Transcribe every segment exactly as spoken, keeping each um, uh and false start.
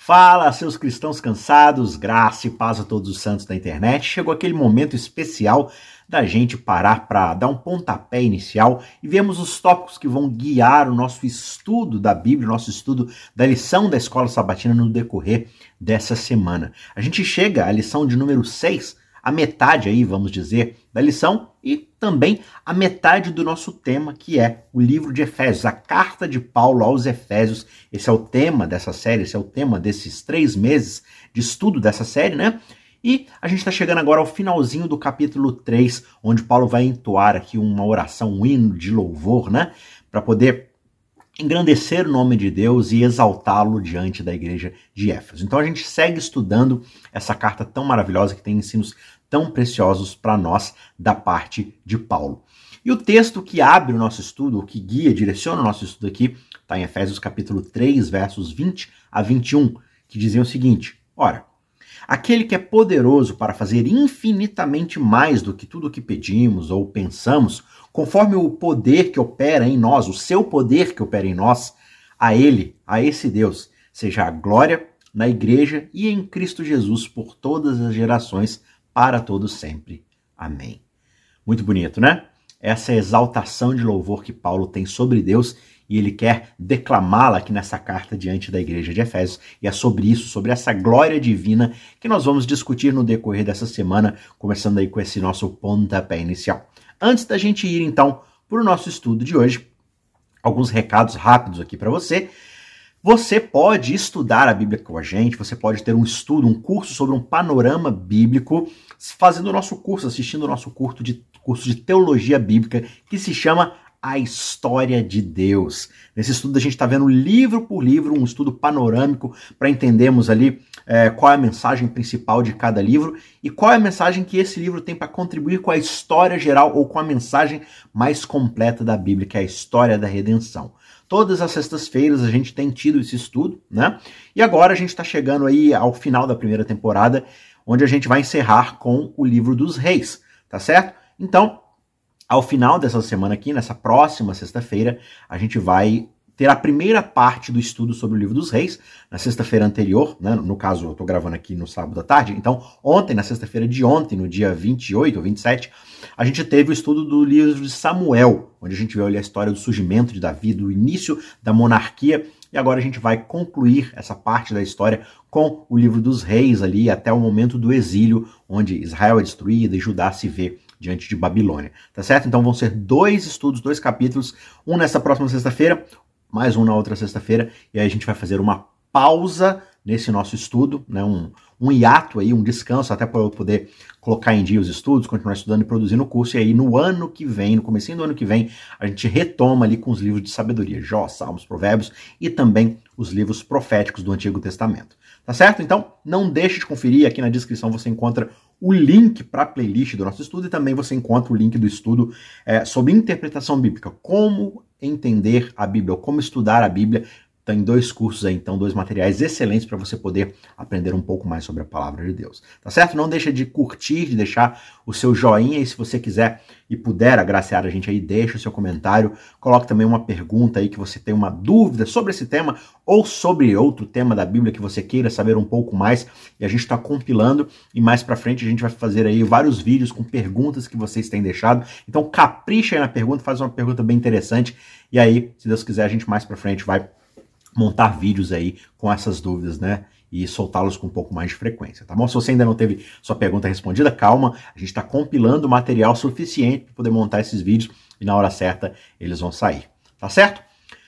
Fala, seus cristãos cansados, graça e paz a todos os santos da internet. Chegou aquele momento especial da gente parar para dar um pontapé inicial e vermos os tópicos que vão guiar o nosso estudo da Bíblia, o nosso estudo da lição da Escola Sabatina no decorrer dessa semana. A gente chega à lição de número seis, a metade aí, vamos dizer, da lição e também a metade do nosso tema, que é o livro de Efésios, a carta de Paulo aos Efésios. Esse é o tema dessa série, esse é o tema desses três meses de estudo dessa série, né? E a gente está chegando agora ao finalzinho do capítulo três, onde Paulo vai entoar aqui uma oração, um hino de louvor, né? Para poder engrandecer o nome de Deus e exaltá-lo diante da igreja de Éfeso. Então a gente segue estudando essa carta tão maravilhosa que tem ensinos tão preciosos para nós da parte de Paulo. E o texto que abre o nosso estudo, o que guia, direciona o nosso estudo aqui, está em Efésios capítulo três, versos vinte a vinte e um, que dizem o seguinte: ora, aquele que é poderoso para fazer infinitamente mais do que tudo o que pedimos ou pensamos, conforme o poder que opera em nós, o seu poder que opera em nós, a ele, a esse Deus, seja a glória na igreja e em Cristo Jesus por todas as gerações, para todos sempre. Amém. Muito bonito, né? Essa é a exaltação de louvor que Paulo tem sobre Deus e ele quer declamá-la aqui nessa carta diante da igreja de Efésios. E é sobre isso, sobre essa glória divina que nós vamos discutir no decorrer dessa semana, começando aí com esse nosso pontapé inicial. Antes da gente ir, então, para o nosso estudo de hoje, alguns recados rápidos aqui para você. Você pode estudar a Bíblia com a gente, você pode ter um estudo, um curso sobre um panorama bíblico, fazendo o nosso curso, assistindo o nosso curso de, curso de teologia bíblica, que se chama A História de Deus. Nesse estudo a gente está vendo livro por livro, um estudo panorâmico, para entendermos ali é, qual é a mensagem principal de cada livro e qual é a mensagem que esse livro tem para contribuir com a história geral ou com a mensagem mais completa da Bíblia, que é a história da redenção. Todas as sextas-feiras a gente tem tido esse estudo, né? E agora a gente está chegando aí ao final da primeira temporada, onde a gente vai encerrar com o livro dos reis, tá certo? Então, ao final dessa semana aqui, nessa próxima sexta-feira, a gente vai ter a primeira parte do estudo sobre o livro dos reis, na sexta-feira anterior, né? No caso, eu estou gravando aqui no sábado à tarde, então ontem, na sexta-feira de ontem, no dia vinte e oito ou vinte e sete, a gente teve o estudo do livro de Samuel, onde a gente viu ali a história do surgimento de Davi, do início da monarquia, e agora a gente vai concluir essa parte da história com o livro dos reis ali, até o momento do exílio, onde Israel é destruída e Judá se vê diante de Babilônia, tá certo? Então vão ser dois estudos, dois capítulos, um nessa próxima sexta-feira, mais um na outra sexta-feira, e aí a gente vai fazer uma pausa nesse nosso estudo, né, um, um hiato aí, um descanso, até para eu poder colocar em dia os estudos, continuar estudando e produzindo o curso, e aí no ano que vem, no comecinho do ano que vem, a gente retoma ali com os livros de sabedoria, Jó, Salmos, Provérbios, e também os livros proféticos do Antigo Testamento. Tá certo? Então, não deixe de conferir, aqui na descrição você encontra o link para a playlist do nosso estudo, e também você encontra o link do estudo é, sobre interpretação bíblica, como entender a Bíblia, ou como estudar a Bíblia. Tem dois cursos aí, então, dois materiais excelentes para você poder aprender um pouco mais sobre a palavra de Deus. Tá certo? Não deixa de curtir, de deixar o seu joinha, e se você quiser e puder agraciar a gente aí, deixa o seu comentário, coloque também uma pergunta aí que você tem uma dúvida sobre esse tema ou sobre outro tema da Bíblia que você queira saber um pouco mais, e a gente está compilando, e mais para frente a gente vai fazer aí vários vídeos com perguntas que vocês têm deixado. Então capricha aí na pergunta, faz uma pergunta bem interessante, e aí, se Deus quiser, a gente mais para frente vai montar vídeos aí com essas dúvidas, né? E soltá-los com um pouco mais de frequência, tá bom? Se você ainda não teve sua pergunta respondida, calma, a gente está compilando material suficiente para poder montar esses vídeos e na hora certa eles vão sair, tá certo?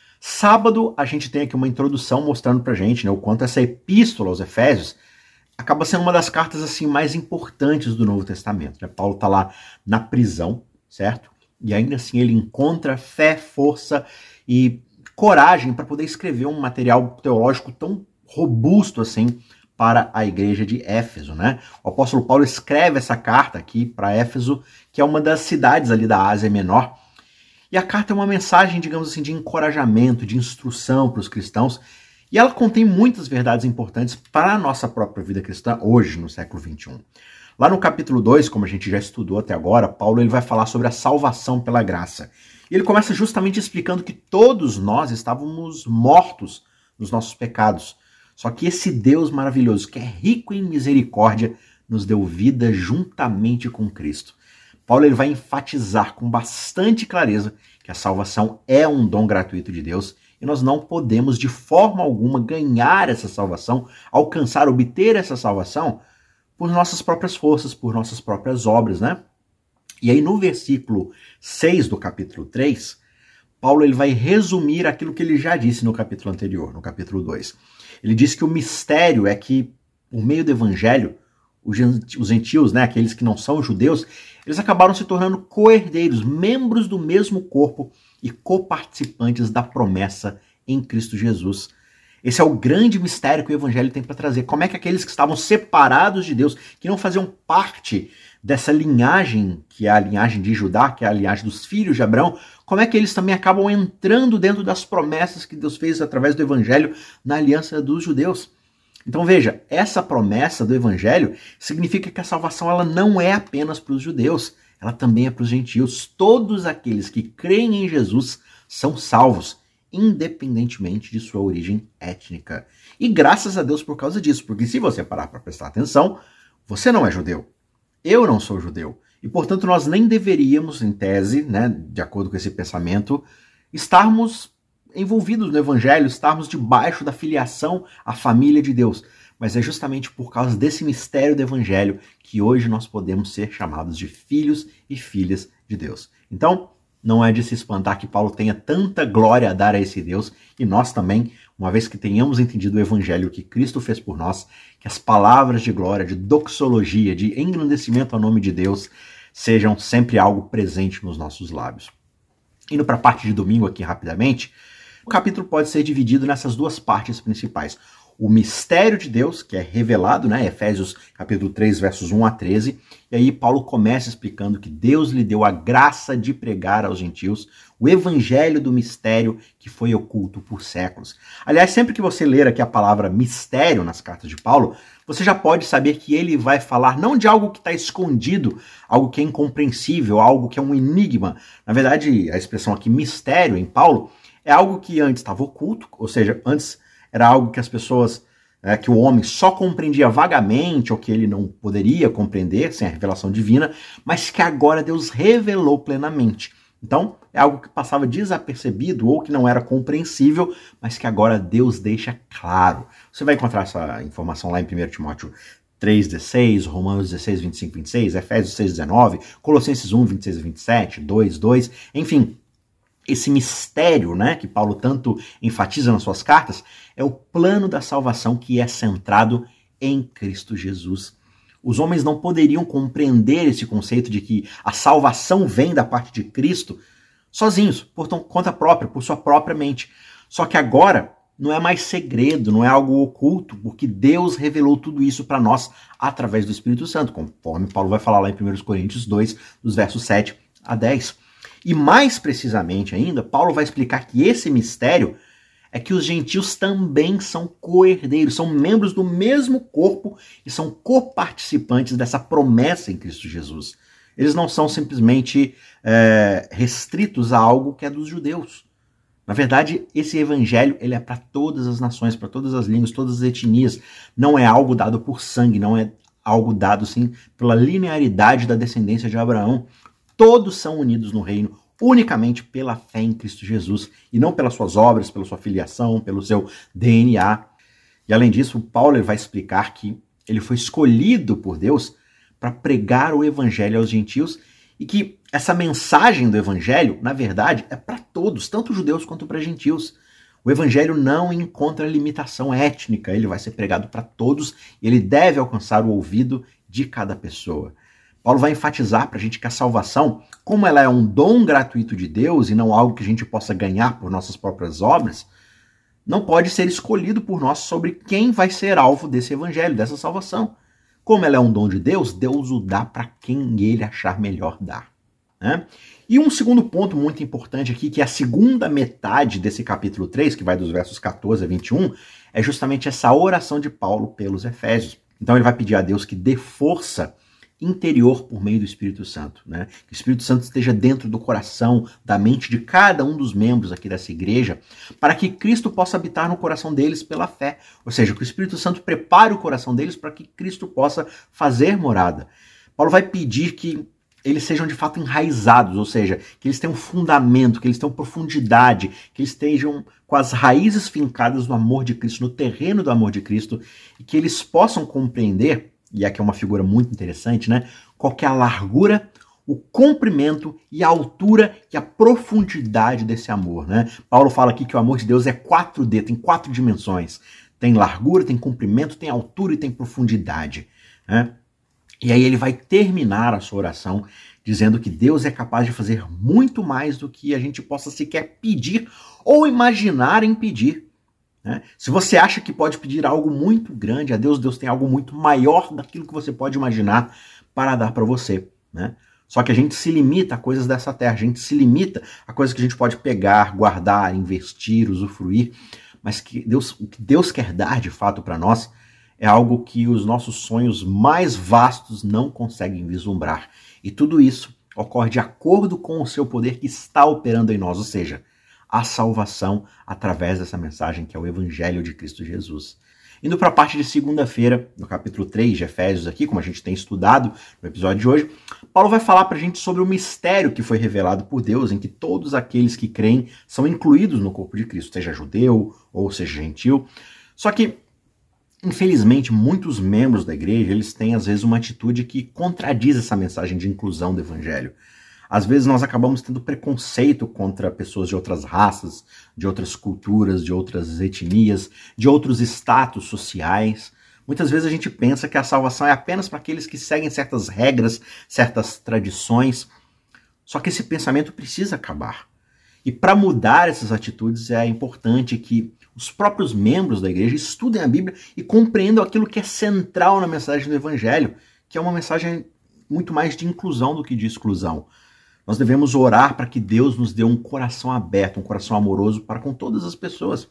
Sábado a gente tem aqui uma introdução mostrando pra gente, né, o quanto essa epístola aos Efésios acaba sendo uma das cartas assim mais importantes do Novo Testamento, né? Paulo tá lá na prisão, certo? E ainda assim ele encontra fé, força e coragem para poder escrever um material teológico tão robusto assim para a igreja de Éfeso, né? O apóstolo Paulo escreve essa carta aqui para Éfeso, que é uma das cidades ali da Ásia Menor, e a carta é uma mensagem, digamos assim, de encorajamento, de instrução para os cristãos, e ela contém muitas verdades importantes para a nossa própria vida cristã hoje, no século vinte e um. Lá no capítulo dois, como a gente já estudou até agora, Paulo ele vai falar sobre a salvação pela graça. E ele começa justamente explicando que todos nós estávamos mortos nos nossos pecados. Só que esse Deus maravilhoso, que é rico em misericórdia, nos deu vida juntamente com Cristo. Paulo ele vai enfatizar com bastante clareza que a salvação é um dom gratuito de Deus e nós não podemos de forma alguma ganhar essa salvação, alcançar, obter essa salvação por nossas próprias forças, por nossas próprias obras, né? E aí no versículo seis do capítulo três, Paulo ele vai resumir aquilo que ele já disse no capítulo anterior, no capítulo dois. Ele diz que o mistério é que, por meio do evangelho, os gentios, né, aqueles que não são judeus, eles acabaram se tornando co-herdeiros, membros do mesmo corpo e coparticipantes da promessa em Cristo Jesus. Esse é o grande mistério que o evangelho tem para trazer. Como é que aqueles que estavam separados de Deus, que não faziam parte dessa linhagem, que é a linhagem de Judá, que é a linhagem dos filhos de Abraão, como é que eles também acabam entrando dentro das promessas que Deus fez através do evangelho na aliança dos judeus? Então veja, essa promessa do evangelho significa que a salvação ela não é apenas para os judeus, ela também é para os gentios. Todos aqueles que creem em Jesus são salvos, independentemente de sua origem étnica. E graças a Deus por causa disso, porque se você parar para prestar atenção, você não é judeu. Eu não sou judeu. E, portanto, nós nem deveríamos, em tese, né, de acordo com esse pensamento, estarmos envolvidos no evangelho, estarmos debaixo da filiação à família de Deus. Mas é justamente por causa desse mistério do evangelho que hoje nós podemos ser chamados de filhos e filhas de Deus. Então, não é de se espantar que Paulo tenha tanta glória a dar a esse Deus, e nós também, uma vez que tenhamos entendido o evangelho que Cristo fez por nós, que as palavras de glória, de doxologia, de engrandecimento ao nome de Deus, sejam sempre algo presente nos nossos lábios. Indo para a parte de domingo aqui rapidamente, o capítulo pode ser dividido nessas duas partes principais. O mistério de Deus, que é revelado, né, Efésios capítulo três, versos um a treze, e aí Paulo começa explicando que Deus lhe deu a graça de pregar aos gentios o evangelho do mistério que foi oculto por séculos. Aliás, sempre que você ler aqui a palavra mistério nas cartas de Paulo, você já pode saber que ele vai falar não de algo que está escondido, algo que é incompreensível, algo que é um enigma. Na verdade, a expressão aqui mistério em Paulo é algo que antes estava oculto, ou seja, antes era algo que as pessoas, é, que o homem só compreendia vagamente, ou que ele não poderia compreender sem a revelação divina, mas que agora Deus revelou plenamente. Então, é algo que passava desapercebido ou que não era compreensível, mas que agora Deus deixa claro. Você vai encontrar essa informação lá em primeiro Timóteo três, dezesseis, Romanos dezesseis, vinte e cinco, vinte e seis, Efésios seis, dezenove, Colossenses um, vinte e seis e vinte e sete, dois, dois, enfim. Esse mistério, né, que Paulo tanto enfatiza nas suas cartas, é o plano da salvação que é centrado em Cristo Jesus. Os homens não poderiam compreender esse conceito de que a salvação vem da parte de Cristo sozinhos, por conta própria, por sua própria mente. Só que agora não é mais segredo, não é algo oculto, porque Deus revelou tudo isso para nós através do Espírito Santo, conforme Paulo vai falar lá em primeiro Coríntios dois, dos versos sete a dez. E mais precisamente ainda, Paulo vai explicar que esse mistério é que os gentios também são co-herdeiros, são membros do mesmo corpo e são coparticipantes dessa promessa em Cristo Jesus. Eles não são simplesmente é, restritos a algo que é dos judeus. Na verdade, esse evangelho ele é para todas as nações, para todas as línguas, todas as etnias. Não é algo dado por sangue, não é algo dado sim pela linearidade da descendência de Abraão. Todos são unidos no reino unicamente pela fé em Cristo Jesus e não pelas suas obras, pela sua filiação, pelo seu D N A. E além disso, Paulo ele vai explicar que ele foi escolhido por Deus para pregar o evangelho aos gentios e que essa mensagem do evangelho, na verdade, é para todos, tanto judeus quanto para gentios. O evangelho não encontra limitação étnica, ele vai ser pregado para todos e ele deve alcançar o ouvido de cada pessoa. Paulo vai enfatizar para a gente que a salvação, como ela é um dom gratuito de Deus e não algo que a gente possa ganhar por nossas próprias obras, não pode ser escolhido por nós sobre quem vai ser alvo desse evangelho, dessa salvação. Como ela é um dom de Deus, Deus o dá para quem ele achar melhor dar. Né? E um segundo ponto muito importante aqui, que é a segunda metade desse capítulo três, que vai dos versos catorze a vinte e um, é justamente essa oração de Paulo pelos Efésios. Então ele vai pedir a Deus que dê força interior por meio do Espírito Santo, né? Que o Espírito Santo esteja dentro do coração, da mente de cada um dos membros aqui dessa igreja, para que Cristo possa habitar no coração deles pela fé. Ou seja, que o Espírito Santo prepare o coração deles para que Cristo possa fazer morada. Paulo vai pedir que eles sejam de fato enraizados, ou seja, que eles tenham fundamento, que eles tenham profundidade, que eles estejam com as raízes fincadas no amor de Cristo, no terreno do amor de Cristo, e que eles possam compreender, e aqui é uma figura muito interessante, né? Qual que é a largura, o comprimento e a altura e a profundidade desse amor, né? Paulo fala aqui que o amor de Deus é quatro D, tem quatro dimensões. Tem largura, tem comprimento, tem altura e tem profundidade, né? E aí ele vai terminar a sua oração dizendo que Deus é capaz de fazer muito mais do que a gente possa sequer pedir ou imaginar em pedir. Né? Se você acha que pode pedir algo muito grande a Deus, Deus tem algo muito maior daquilo que você pode imaginar para dar para você. Né? Só que a gente se limita a coisas dessa terra, a gente se limita a coisas que a gente pode pegar, guardar, investir, usufruir, mas que Deus, o que Deus quer dar de fato para nós é algo que os nossos sonhos mais vastos não conseguem vislumbrar. E tudo isso ocorre de acordo com o seu poder que está operando em nós, ou seja, a salvação através dessa mensagem que é o Evangelho de Cristo Jesus. Indo para a parte de segunda-feira, no capítulo três de Efésios aqui, como a gente tem estudado no episódio de hoje, Paulo vai falar para a gente sobre o mistério que foi revelado por Deus, em que todos aqueles que creem são incluídos no corpo de Cristo, seja judeu ou seja gentil. Só que infelizmente, muitos membros da igreja, eles têm às vezes uma atitude que contradiz essa mensagem de inclusão do evangelho. Às vezes nós acabamos tendo preconceito contra pessoas de outras raças, de outras culturas, de outras etnias, de outros status sociais. Muitas vezes a gente pensa que a salvação é apenas para aqueles que seguem certas regras, certas tradições. Só que esse pensamento precisa acabar. E para mudar essas atitudes é importante que os próprios membros da igreja estudem a Bíblia e compreendam aquilo que é central na mensagem do Evangelho, que é uma mensagem muito mais de inclusão do que de exclusão. Nós devemos orar para que Deus nos dê um coração aberto, um coração amoroso para com todas as pessoas.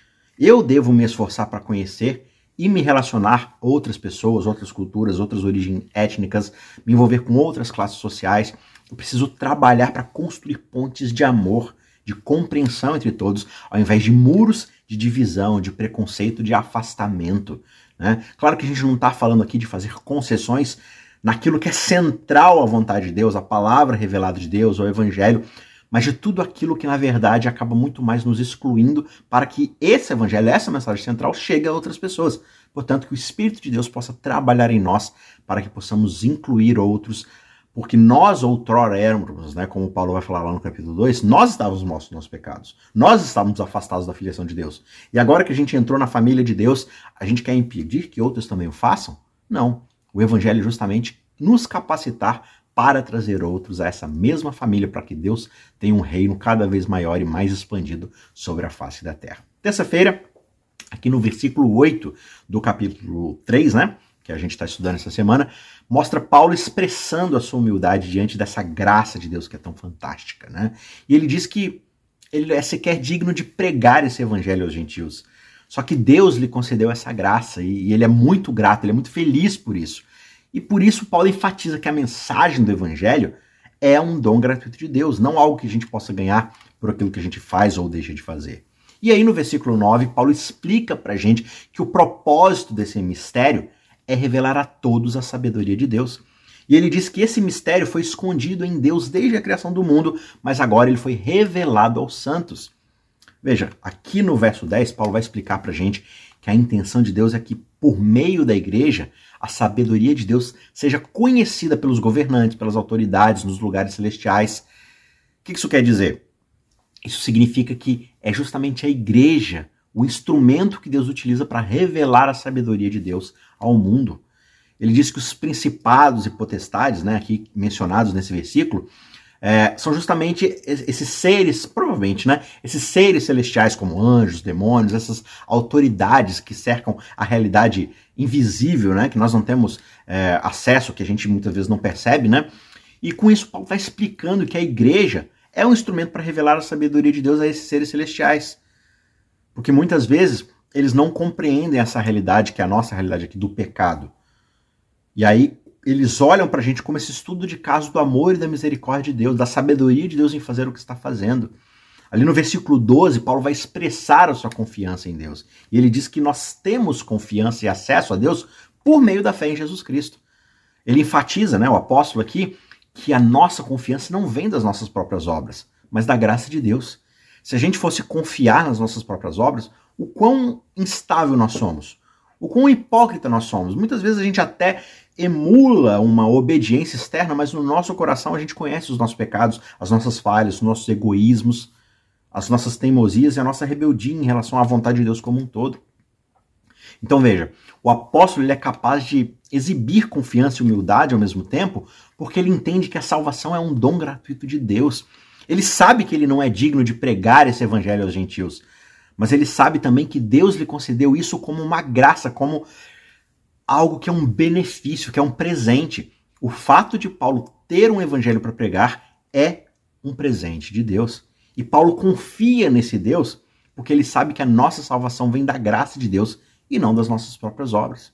Eu devo me esforçar para conhecer e me relacionar com outras pessoas, outras culturas, outras origens étnicas, me envolver com outras classes sociais. Eu preciso trabalhar para construir pontes de amor, de compreensão entre todos, ao invés de muros de divisão, de preconceito, de afastamento. Né? Claro que a gente não está falando aqui de fazer concessões naquilo que é central à vontade de Deus, a palavra revelada de Deus, o evangelho, mas de tudo aquilo que na verdade acaba muito mais nos excluindo para que esse evangelho, essa mensagem central, chegue a outras pessoas. Portanto, que o Espírito de Deus possa trabalhar em nós para que possamos incluir outros, porque nós outrora éramos, né, como Paulo vai falar lá no capítulo dois, nós estávamos mortos nos nossos pecados. Nós estávamos afastados da filiação de Deus. E agora que a gente entrou na família de Deus, a gente quer impedir que outros também o façam? Não. O evangelho é justamente nos capacitar para trazer outros a essa mesma família, para que Deus tenha um reino cada vez maior e mais expandido sobre a face da terra. Terça-feira, aqui no versículo oito do capítulo três, né, que a gente está estudando essa semana, mostra Paulo expressando a sua humildade diante dessa graça de Deus que é tão fantástica, né? E ele diz que ele é sequer digno de pregar esse evangelho aos gentios. Só que Deus lhe concedeu essa graça e ele é muito grato, ele é muito feliz por isso. E por isso Paulo enfatiza que a mensagem do evangelho é um dom gratuito de Deus, não algo que a gente possa ganhar por aquilo que a gente faz ou deixa de fazer. E aí no versículo nove, Paulo explica pra gente que o propósito desse mistério é revelar a todos a sabedoria de Deus. E ele diz que esse mistério foi escondido em Deus desde a criação do mundo, mas agora ele foi revelado aos santos. Veja, aqui no verso dez, Paulo vai explicar pra gente que a intenção de Deus é que, por meio da igreja, a sabedoria de Deus seja conhecida pelos governantes, pelas autoridades nos lugares celestiais. O que isso quer dizer? Isso significa que é justamente a igreja o instrumento que Deus utiliza para revelar a sabedoria de Deus ao mundo. Ele diz que os principados e potestades, né, aqui mencionados nesse versículo, é, são justamente esses seres, provavelmente, né, esses seres celestiais como anjos, demônios, essas autoridades que cercam a realidade invisível, né, que nós não temos é, acesso, que a gente muitas vezes não percebe, né? E com isso Paulo está explicando que a igreja é um instrumento para revelar a sabedoria de Deus a esses seres celestiais. Porque muitas vezes eles não compreendem essa realidade, que é a nossa realidade aqui do pecado. E aí, eles olham para a gente como esse estudo de caso do amor e da misericórdia de Deus, da sabedoria de Deus em fazer o que está fazendo. Ali no versículo doze, Paulo vai expressar a sua confiança em Deus. E ele diz que nós temos confiança e acesso a Deus por meio da fé em Jesus Cristo. Ele enfatiza, né, o apóstolo aqui, que a nossa confiança não vem das nossas próprias obras, mas da graça de Deus. Se a gente fosse confiar nas nossas próprias obras, o quão instável nós somos, o quão hipócrita nós somos. Muitas vezes a gente até emula uma obediência externa, mas no nosso coração a gente conhece os nossos pecados, as nossas falhas, os nossos egoísmos, as nossas teimosias e a nossa rebeldia em relação à vontade de Deus como um todo. Então veja, o apóstolo ele é capaz de exibir confiança e humildade ao mesmo tempo, porque ele entende que a salvação é um dom gratuito de Deus. Ele sabe que ele não é digno de pregar esse evangelho aos gentios, mas ele sabe também que Deus lhe concedeu isso como uma graça, como algo que é um benefício, que é um presente. O fato de Paulo ter um evangelho para pregar é um presente de Deus. E Paulo confia nesse Deus porque ele sabe que a nossa salvação vem da graça de Deus e não das nossas próprias obras.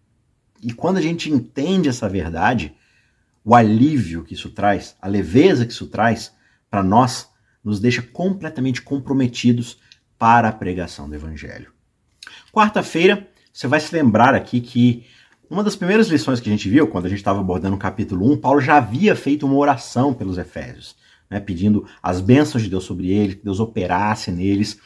E quando a gente entende essa verdade, o alívio que isso traz, a leveza que isso traz para nós, nos deixa completamente comprometidos para a pregação do evangelho. Quarta-feira, você vai se lembrar aqui que uma das primeiras lições que a gente viu, quando a gente estava abordando o capítulo um, Paulo já havia feito uma oração pelos Efésios, né, pedindo as bênçãos de Deus sobre eles, que Deus operasse neles.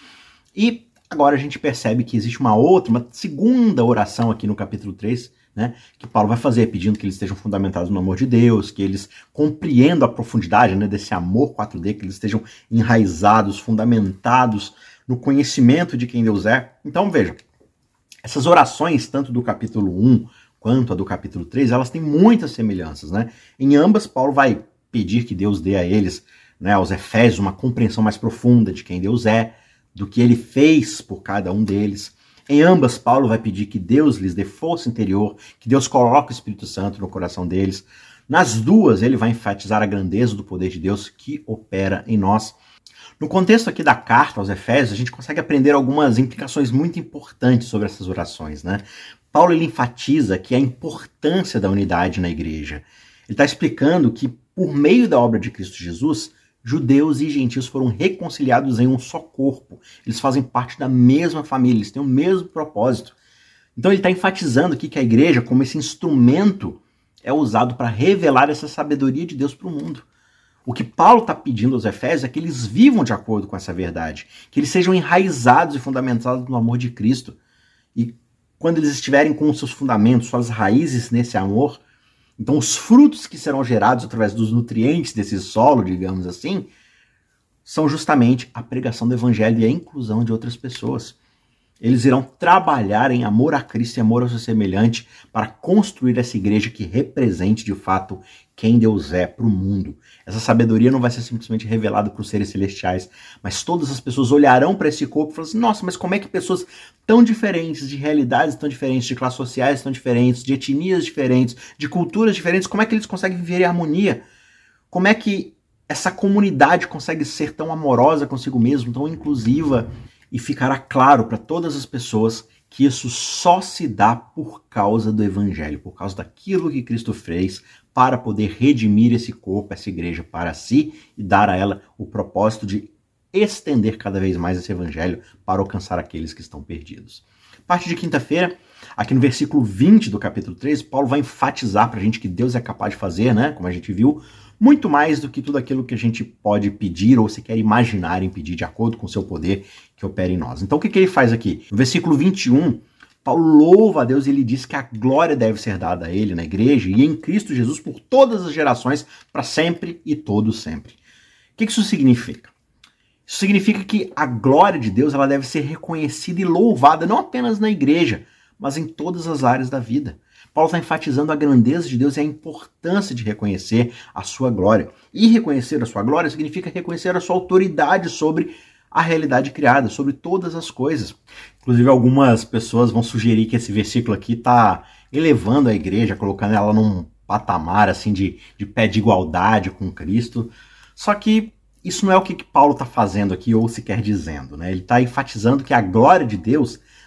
E agora a gente percebe que existe uma outra, uma segunda oração aqui no capítulo três, né, que Paulo vai fazer, pedindo que eles estejam fundamentados no amor de Deus, que eles compreendam a profundidade, né, desse amor quatro D, que eles estejam enraizados, fundamentados no conhecimento de quem Deus é. Então veja, essas orações, tanto do capítulo um quanto a do capítulo três, elas têm muitas semelhanças, né? Em ambas, Paulo vai pedir que Deus dê a eles, né, aos Efésios, uma compreensão mais profunda de quem Deus é, do que ele fez por cada um deles. Em ambas, Paulo vai pedir que Deus lhes dê força interior, que Deus coloque o Espírito Santo no coração deles. Nas duas, ele vai enfatizar a grandeza do poder de Deus que opera em nós. No contexto aqui da carta aos Efésios, a gente consegue aprender algumas implicações muito importantes sobre essas orações, né? Paulo ele enfatiza que a importância da unidade na igreja. Ele está explicando que, por meio da obra de Cristo Jesus, judeus e gentios foram reconciliados em um só corpo. Eles fazem parte da mesma família, eles têm o mesmo propósito. Então ele está enfatizando aqui que a igreja, como esse instrumento, é usado para revelar essa sabedoria de Deus para o mundo. O que Paulo está pedindo aos Efésios é que eles vivam de acordo com essa verdade, que eles sejam enraizados e fundamentados no amor de Cristo. E quando eles estiverem com os seus fundamentos, suas raízes nesse amor, então os frutos que serão gerados através dos nutrientes desse solo, digamos assim, são justamente a pregação do evangelho e a inclusão de outras pessoas. Eles irão trabalhar em amor a Cristo e amor ao seu semelhante para construir essa igreja que represente de fato quem Deus é para o mundo. Essa sabedoria não vai ser simplesmente revelada para os seres celestiais, mas todas as pessoas olharão para esse corpo e falarão assim, nossa, mas como é que pessoas tão diferentes, de realidades tão diferentes, de classes sociais tão diferentes, de etnias diferentes, de culturas diferentes, como é que eles conseguem viver em harmonia? Como é que essa comunidade consegue ser tão amorosa consigo mesmo, tão inclusiva? E ficará claro para todas as pessoas que isso só se dá por causa do evangelho, por causa daquilo que Cristo fez para poder redimir esse corpo, essa igreja para si e dar a ela o propósito de estender cada vez mais esse evangelho para alcançar aqueles que estão perdidos. Parte de quinta-feira, aqui no versículo vinte do capítulo três, Paulo vai enfatizar para a gente que Deus é capaz de fazer, né, como a gente viu, muito mais do que tudo aquilo que a gente pode pedir ou sequer imaginar em pedir, de acordo com o seu poder que opera em nós. Então o que, que ele faz aqui? No versículo vinte e um, Paulo louva a Deus e ele diz que a glória deve ser dada a ele na igreja e em Cristo Jesus por todas as gerações, para sempre e todo sempre. O que, que isso significa? Isso significa que a glória de Deus ela deve ser reconhecida e louvada não apenas na igreja, mas em todas as áreas da vida. Paulo está enfatizando a grandeza de Deus e a importância de reconhecer a sua glória. E reconhecer a sua glória significa reconhecer a sua autoridade sobre a realidade criada, sobre todas as coisas. Inclusive, algumas pessoas vão sugerir que esse versículo aqui está elevando a igreja, colocando ela num patamar assim de, de pé de igualdade com Cristo. Só que isso não é o que Paulo está fazendo aqui ou sequer dizendo, né? Ele está enfatizando que a glória de Deus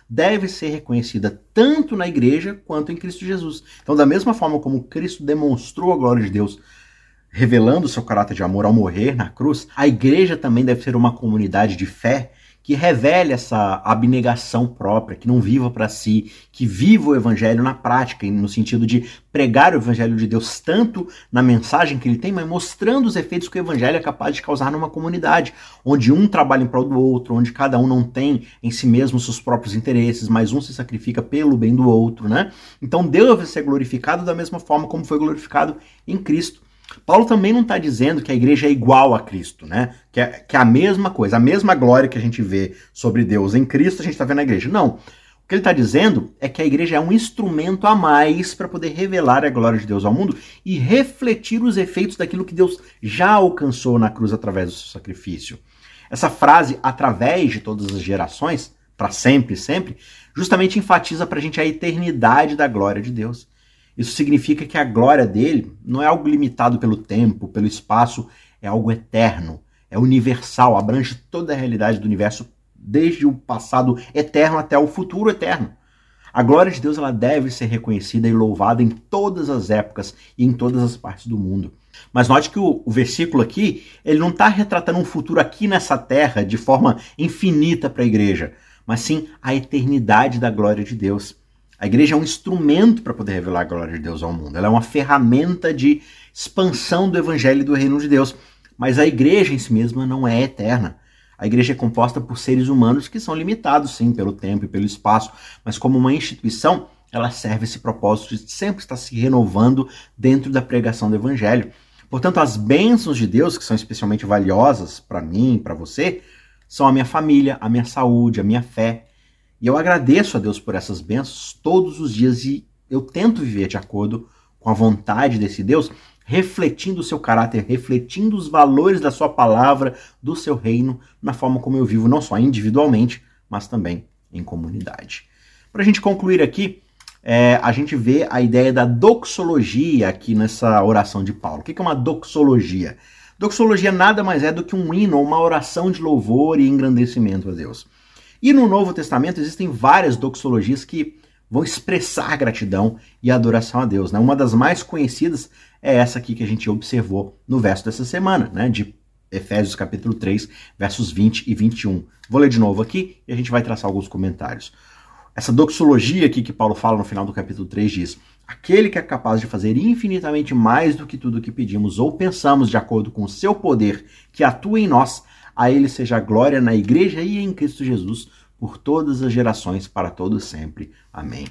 deve ser reconhecida tanto na igreja quanto em Cristo Jesus. Então, da mesma forma como Cristo demonstrou a glória de Deus, revelando o seu caráter de amor ao morrer na cruz, a igreja também deve ser uma comunidade de fé que revele essa abnegação própria, que não viva para si, que viva o evangelho na prática, no sentido de pregar o evangelho de Deus tanto na mensagem que ele tem, mas mostrando os efeitos que o evangelho é capaz de causar numa comunidade, onde um trabalha em prol do outro, onde cada um não tem em si mesmo seus próprios interesses, mas um se sacrifica pelo bem do outro, né? Então Deus deve ser glorificado da mesma forma como foi glorificado em Cristo. Paulo também não está dizendo que a igreja é igual a Cristo, né? Que é, que é a mesma coisa, a mesma glória que a gente vê sobre Deus em Cristo, a gente está vendo na igreja. Não. O que ele está dizendo é que a igreja é um instrumento a mais para poder revelar a glória de Deus ao mundo e refletir os efeitos daquilo que Deus já alcançou na cruz através do seu sacrifício. Essa frase, através de todas as gerações, para sempre e sempre, justamente enfatiza para a gente a eternidade da glória de Deus. Isso significa que a glória dele não é algo limitado pelo tempo, pelo espaço, é algo eterno, é universal, abrange toda a realidade do universo, desde o passado eterno até o futuro eterno. A glória de Deus ela deve ser reconhecida e louvada em todas as épocas e em todas as partes do mundo. Mas note que o, o versículo aqui, ele não está retratando um futuro aqui nessa terra de forma infinita para a igreja, mas sim a eternidade da glória de Deus. A igreja é um instrumento para poder revelar a glória de Deus ao mundo. Ela é uma ferramenta de expansão do evangelho e do reino de Deus. Mas a igreja em si mesma não é eterna. A igreja é composta por seres humanos que são limitados, sim, pelo tempo e pelo espaço. Mas como uma instituição, ela serve esse propósito de sempre estar se renovando dentro da pregação do evangelho. Portanto, as bênçãos de Deus, que são especialmente valiosas para mim, para você, são a minha família, a minha saúde, a minha fé. E eu agradeço a Deus por essas bênçãos todos os dias e eu tento viver de acordo com a vontade desse Deus, refletindo o seu caráter, refletindo os valores da sua palavra, do seu reino, na forma como eu vivo, não só individualmente, mas também em comunidade. Para a gente concluir aqui, é, a gente vê a ideia da doxologia aqui nessa oração de Paulo. O que é uma doxologia? Doxologia nada mais é do que um hino, uma oração de louvor e engrandecimento a Deus. E no Novo Testamento existem várias doxologias que vão expressar gratidão e adoração a Deus, né? Uma das mais conhecidas é essa aqui que a gente observou no verso dessa semana, né? De Efésios capítulo três, versos vinte e vinte e um. Vou ler de novo aqui e a gente vai traçar alguns comentários. Essa doxologia aqui que Paulo fala no final do capítulo três diz: aquele que é capaz de fazer infinitamente mais do que tudo o que pedimos ou pensamos de acordo com o seu poder que atua em nós, a ele seja a glória na igreja e em Cristo Jesus, por todas as gerações, para todos sempre. Amém.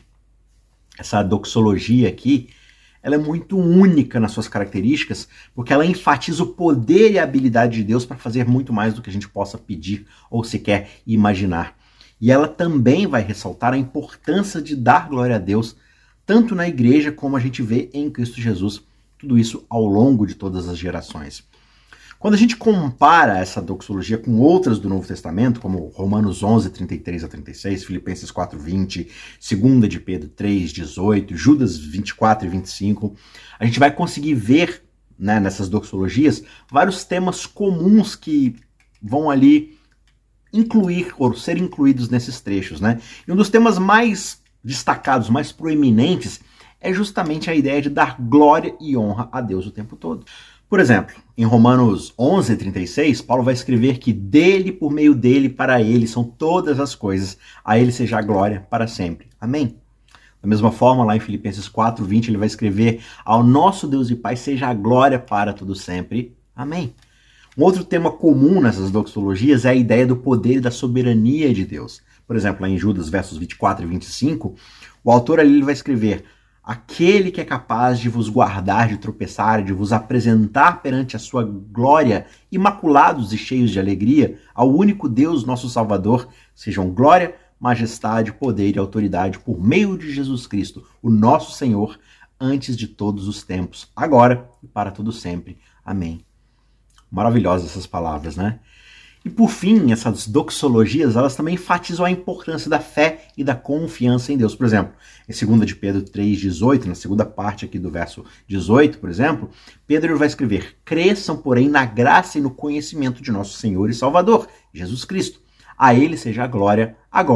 Essa doxologia aqui, ela é muito única nas suas características, porque ela enfatiza o poder e a habilidade de Deus para fazer muito mais do que a gente possa pedir ou sequer imaginar. E ela também vai ressaltar a importância de dar glória a Deus, tanto na igreja como a gente vê em Cristo Jesus. Tudo isso ao longo de todas as gerações. Quando a gente compara essa doxologia com outras do Novo Testamento, como Romanos onze, trinta e três a trinta e seis, Filipenses quatro, vinte, segunda de Pedro três, dezoito, Judas vinte e quatro e vinte e cinco, a gente vai conseguir ver, né, nessas doxologias vários temas comuns que vão ali incluir ou ser incluídos nesses trechos, né? E um dos temas mais destacados, mais proeminentes, é justamente a ideia de dar glória e honra a Deus o tempo todo. Por exemplo, em Romanos onze, trinta e seis, Paulo vai escrever que dele, por meio dele, para ele são todas as coisas, a ele seja a glória para sempre. Amém? Da mesma forma, lá em Filipenses quatro, vinte, ele vai escrever: ao nosso Deus e Pai seja a glória para todo sempre. Amém? Um outro tema comum nessas doxologias é a ideia do poder e da soberania de Deus. Por exemplo, lá em Judas, versos vinte e quatro e vinte e cinco, o autor ali vai escrever: aquele que é capaz de vos guardar de tropeçar, de vos apresentar perante a sua glória, imaculados e cheios de alegria, ao único Deus, nosso Salvador, sejam glória, majestade, poder e autoridade por meio de Jesus Cristo, o nosso Senhor, antes de todos os tempos, agora e para todo sempre. Amém. Maravilhosas essas palavras, né? E por fim, essas doxologias, elas também enfatizam a importância da fé e da confiança em Deus. Por exemplo, em segunda de Pedro três, dezoito, na segunda parte aqui do verso dezoito, por exemplo, Pedro vai escrever: cresçam, porém, na graça e no conhecimento de nosso Senhor e Salvador, Jesus Cristo. A ele seja a glória, agora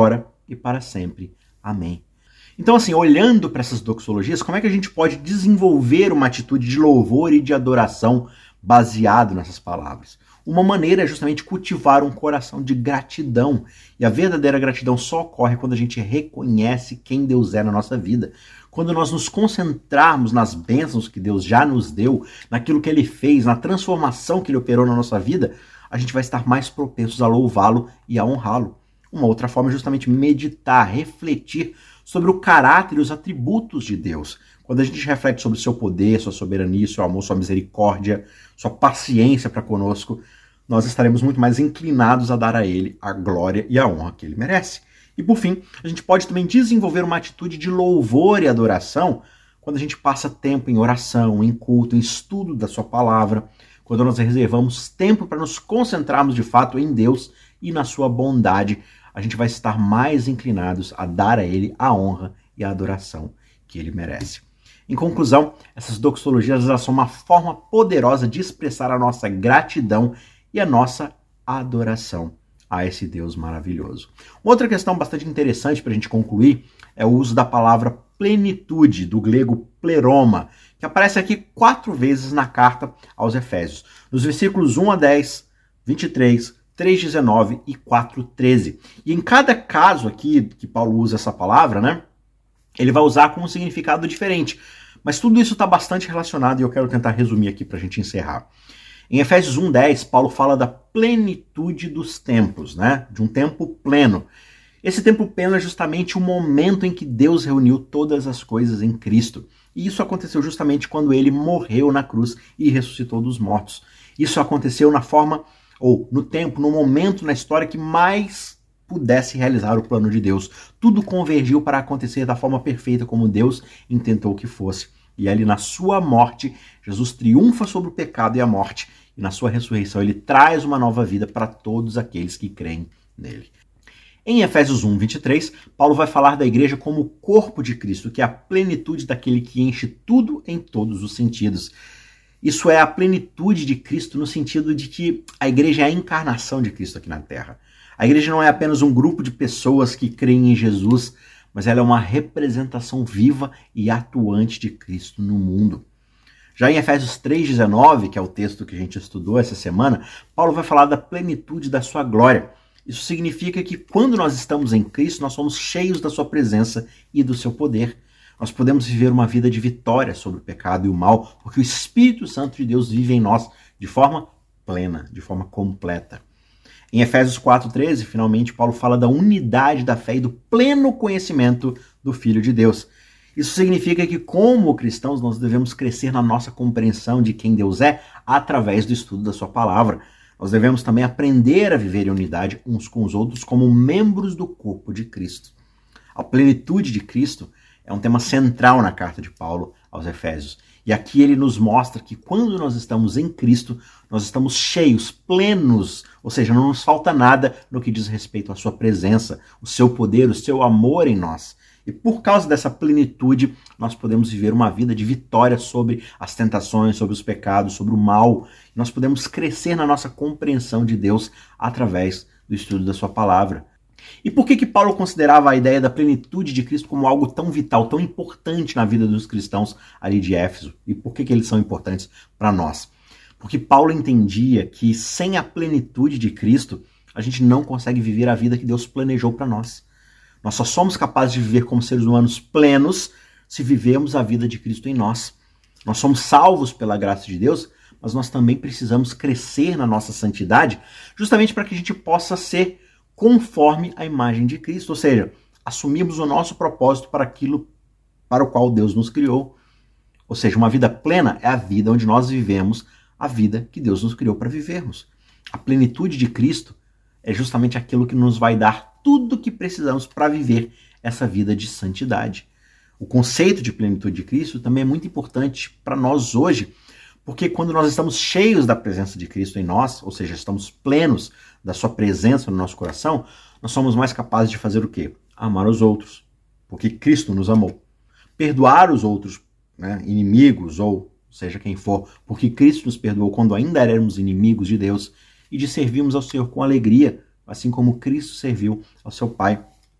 e para sempre. Amém. Então, assim, olhando para essas doxologias, como é que a gente pode desenvolver uma atitude de louvor e de adoração baseado nessas palavras? Uma maneira é justamente cultivar um coração de gratidão. E a verdadeira gratidão só ocorre quando a gente reconhece quem Deus é na nossa vida. Quando nós nos concentrarmos nas bênçãos que Deus já nos deu, naquilo que Ele fez, na transformação que Ele operou na nossa vida, a gente vai estar mais propensos a louvá-lo e a honrá-lo. Uma outra forma é justamente meditar, refletir sobre o caráter e os atributos de Deus. Quando a gente reflete sobre o seu poder, sua soberania, seu amor, sua misericórdia, sua paciência para conosco, nós estaremos muito mais inclinados a dar a Ele a glória e a honra que Ele merece. E por fim, a gente pode também desenvolver uma atitude de louvor e adoração quando a gente passa tempo em oração, em culto, em estudo da sua palavra, quando nós reservamos tempo para nos concentrarmos de fato em Deus e na sua bondade, a gente vai estar mais inclinados a dar a Ele a honra e a adoração que Ele merece. Em conclusão, essas doxologias elas são uma forma poderosa de expressar a nossa gratidão e a nossa adoração a esse Deus maravilhoso. Uma outra questão bastante interessante para a gente concluir é o uso da palavra plenitude, do grego pleroma, que aparece aqui quatro vezes na carta aos Efésios, nos versículos um a dez, vinte e três, três, dezenove e quatro, treze. E em cada caso aqui que Paulo usa essa palavra, né, ele vai usar com um significado diferente. Mas tudo isso está bastante relacionado e eu quero tentar resumir aqui para a gente encerrar. Em Efésios um, dez, Paulo fala da plenitude dos tempos, né? De um tempo pleno. Esse tempo pleno é justamente o momento em que Deus reuniu todas as coisas em Cristo. E isso aconteceu justamente quando ele morreu na cruz e ressuscitou dos mortos. Isso aconteceu na forma, ou no tempo, no momento na história que mais pudesse realizar o plano de Deus. Tudo convergiu para acontecer da forma perfeita como Deus intentou que fosse. E ali na sua morte, Jesus triunfa sobre o pecado e a morte. E na sua ressurreição ele traz uma nova vida para todos aqueles que creem nele. Em Efésios um, vinte e três, Paulo vai falar da igreja como o corpo de Cristo, que é a plenitude daquele que enche tudo em todos os sentidos. Isso é a plenitude de Cristo no sentido de que a igreja é a encarnação de Cristo aqui na Terra. A igreja não é apenas um grupo de pessoas que creem em Jesus, mas ela é uma representação viva e atuante de Cristo no mundo. Já em Efésios três, dezenove, que é o texto que a gente estudou essa semana, Paulo vai falar da plenitude da sua glória. Isso significa que quando nós estamos em Cristo, nós somos cheios da sua presença e do seu poder. Nós podemos viver uma vida de vitória sobre o pecado e o mal, porque o Espírito Santo de Deus vive em nós de forma plena, de forma completa. Em Efésios quatro, treze, finalmente, Paulo fala da unidade da fé e do pleno conhecimento do Filho de Deus. Isso significa que, como cristãos, nós devemos crescer na nossa compreensão de quem Deus é através do estudo da sua palavra. Nós devemos também aprender a viver em unidade uns com os outros como membros do corpo de Cristo. A plenitude de Cristo é um tema central na carta de Paulo aos Efésios. E aqui ele nos mostra que quando nós estamos em Cristo, nós estamos cheios, plenos, ou seja, não nos falta nada no que diz respeito à sua presença, o seu poder, o seu amor em nós. E por causa dessa plenitude, nós podemos viver uma vida de vitória sobre as tentações, sobre os pecados, sobre o mal. Nós podemos crescer na nossa compreensão de Deus através do estudo da sua palavra. E por que que Paulo considerava a ideia da plenitude de Cristo como algo tão vital, tão importante na vida dos cristãos ali de Éfeso? E por que que eles são importantes para nós? Porque Paulo entendia que sem a plenitude de Cristo, a gente não consegue viver a vida que Deus planejou para nós. Nós só somos capazes de viver como seres humanos plenos se vivemos a vida de Cristo em nós. Nós somos salvos pela graça de Deus, mas nós também precisamos crescer na nossa santidade, justamente para que a gente possa ser conforme a imagem de Cristo, ou seja, assumirmos o nosso propósito para aquilo para o qual Deus nos criou. Ou seja, uma vida plena é a vida onde nós vivemos a vida que Deus nos criou para vivermos. A plenitude de Cristo é justamente aquilo que nos vai dar tudo o que precisamos para viver essa vida de santidade. O conceito de plenitude de Cristo também é muito importante para nós hoje, porque quando nós estamos cheios da presença de Cristo em nós, ou seja, estamos plenos da sua presença no nosso coração, nós somos mais capazes de fazer o quê? Amar os outros, porque Cristo nos amou. Perdoar os outros, né, inimigos, ou seja quem for, porque Cristo nos perdoou quando ainda éramos inimigos de Deus, e de servirmos ao Senhor com alegria, assim como Cristo serviu ao seu Pai.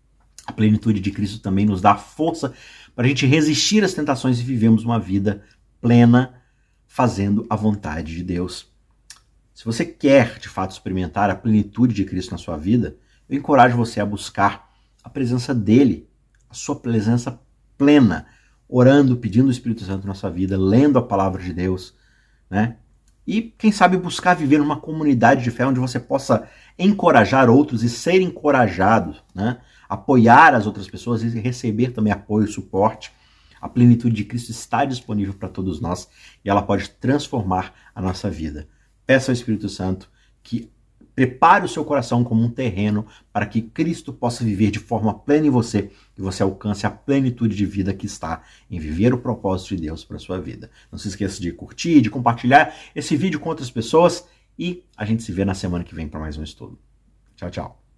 A plenitude de Cristo também nos dá força para a gente resistir às tentações e vivermos uma vida plena, fazendo a vontade de Deus. Se você quer, de fato, experimentar a plenitude de Cristo na sua vida, eu encorajo você a buscar a presença dele, a sua presença plena, orando, pedindo o Espírito Santo na sua vida, lendo a palavra de Deus, né? E, quem sabe, buscar viver numa comunidade de fé onde você possa encorajar outros e ser encorajado, né? Apoiar as outras pessoas e receber também apoio e suporte. A plenitude de Cristo está disponível para todos nós e ela pode transformar a nossa vida. Peça ao Espírito Santo que prepare o seu coração como um terreno para que Cristo possa viver de forma plena em você e você alcance a plenitude de vida que está em viver o propósito de Deus para a sua vida. Não se esqueça de curtir, de compartilhar esse vídeo com outras pessoas e a gente se vê na semana que vem para mais um estudo. Tchau, tchau.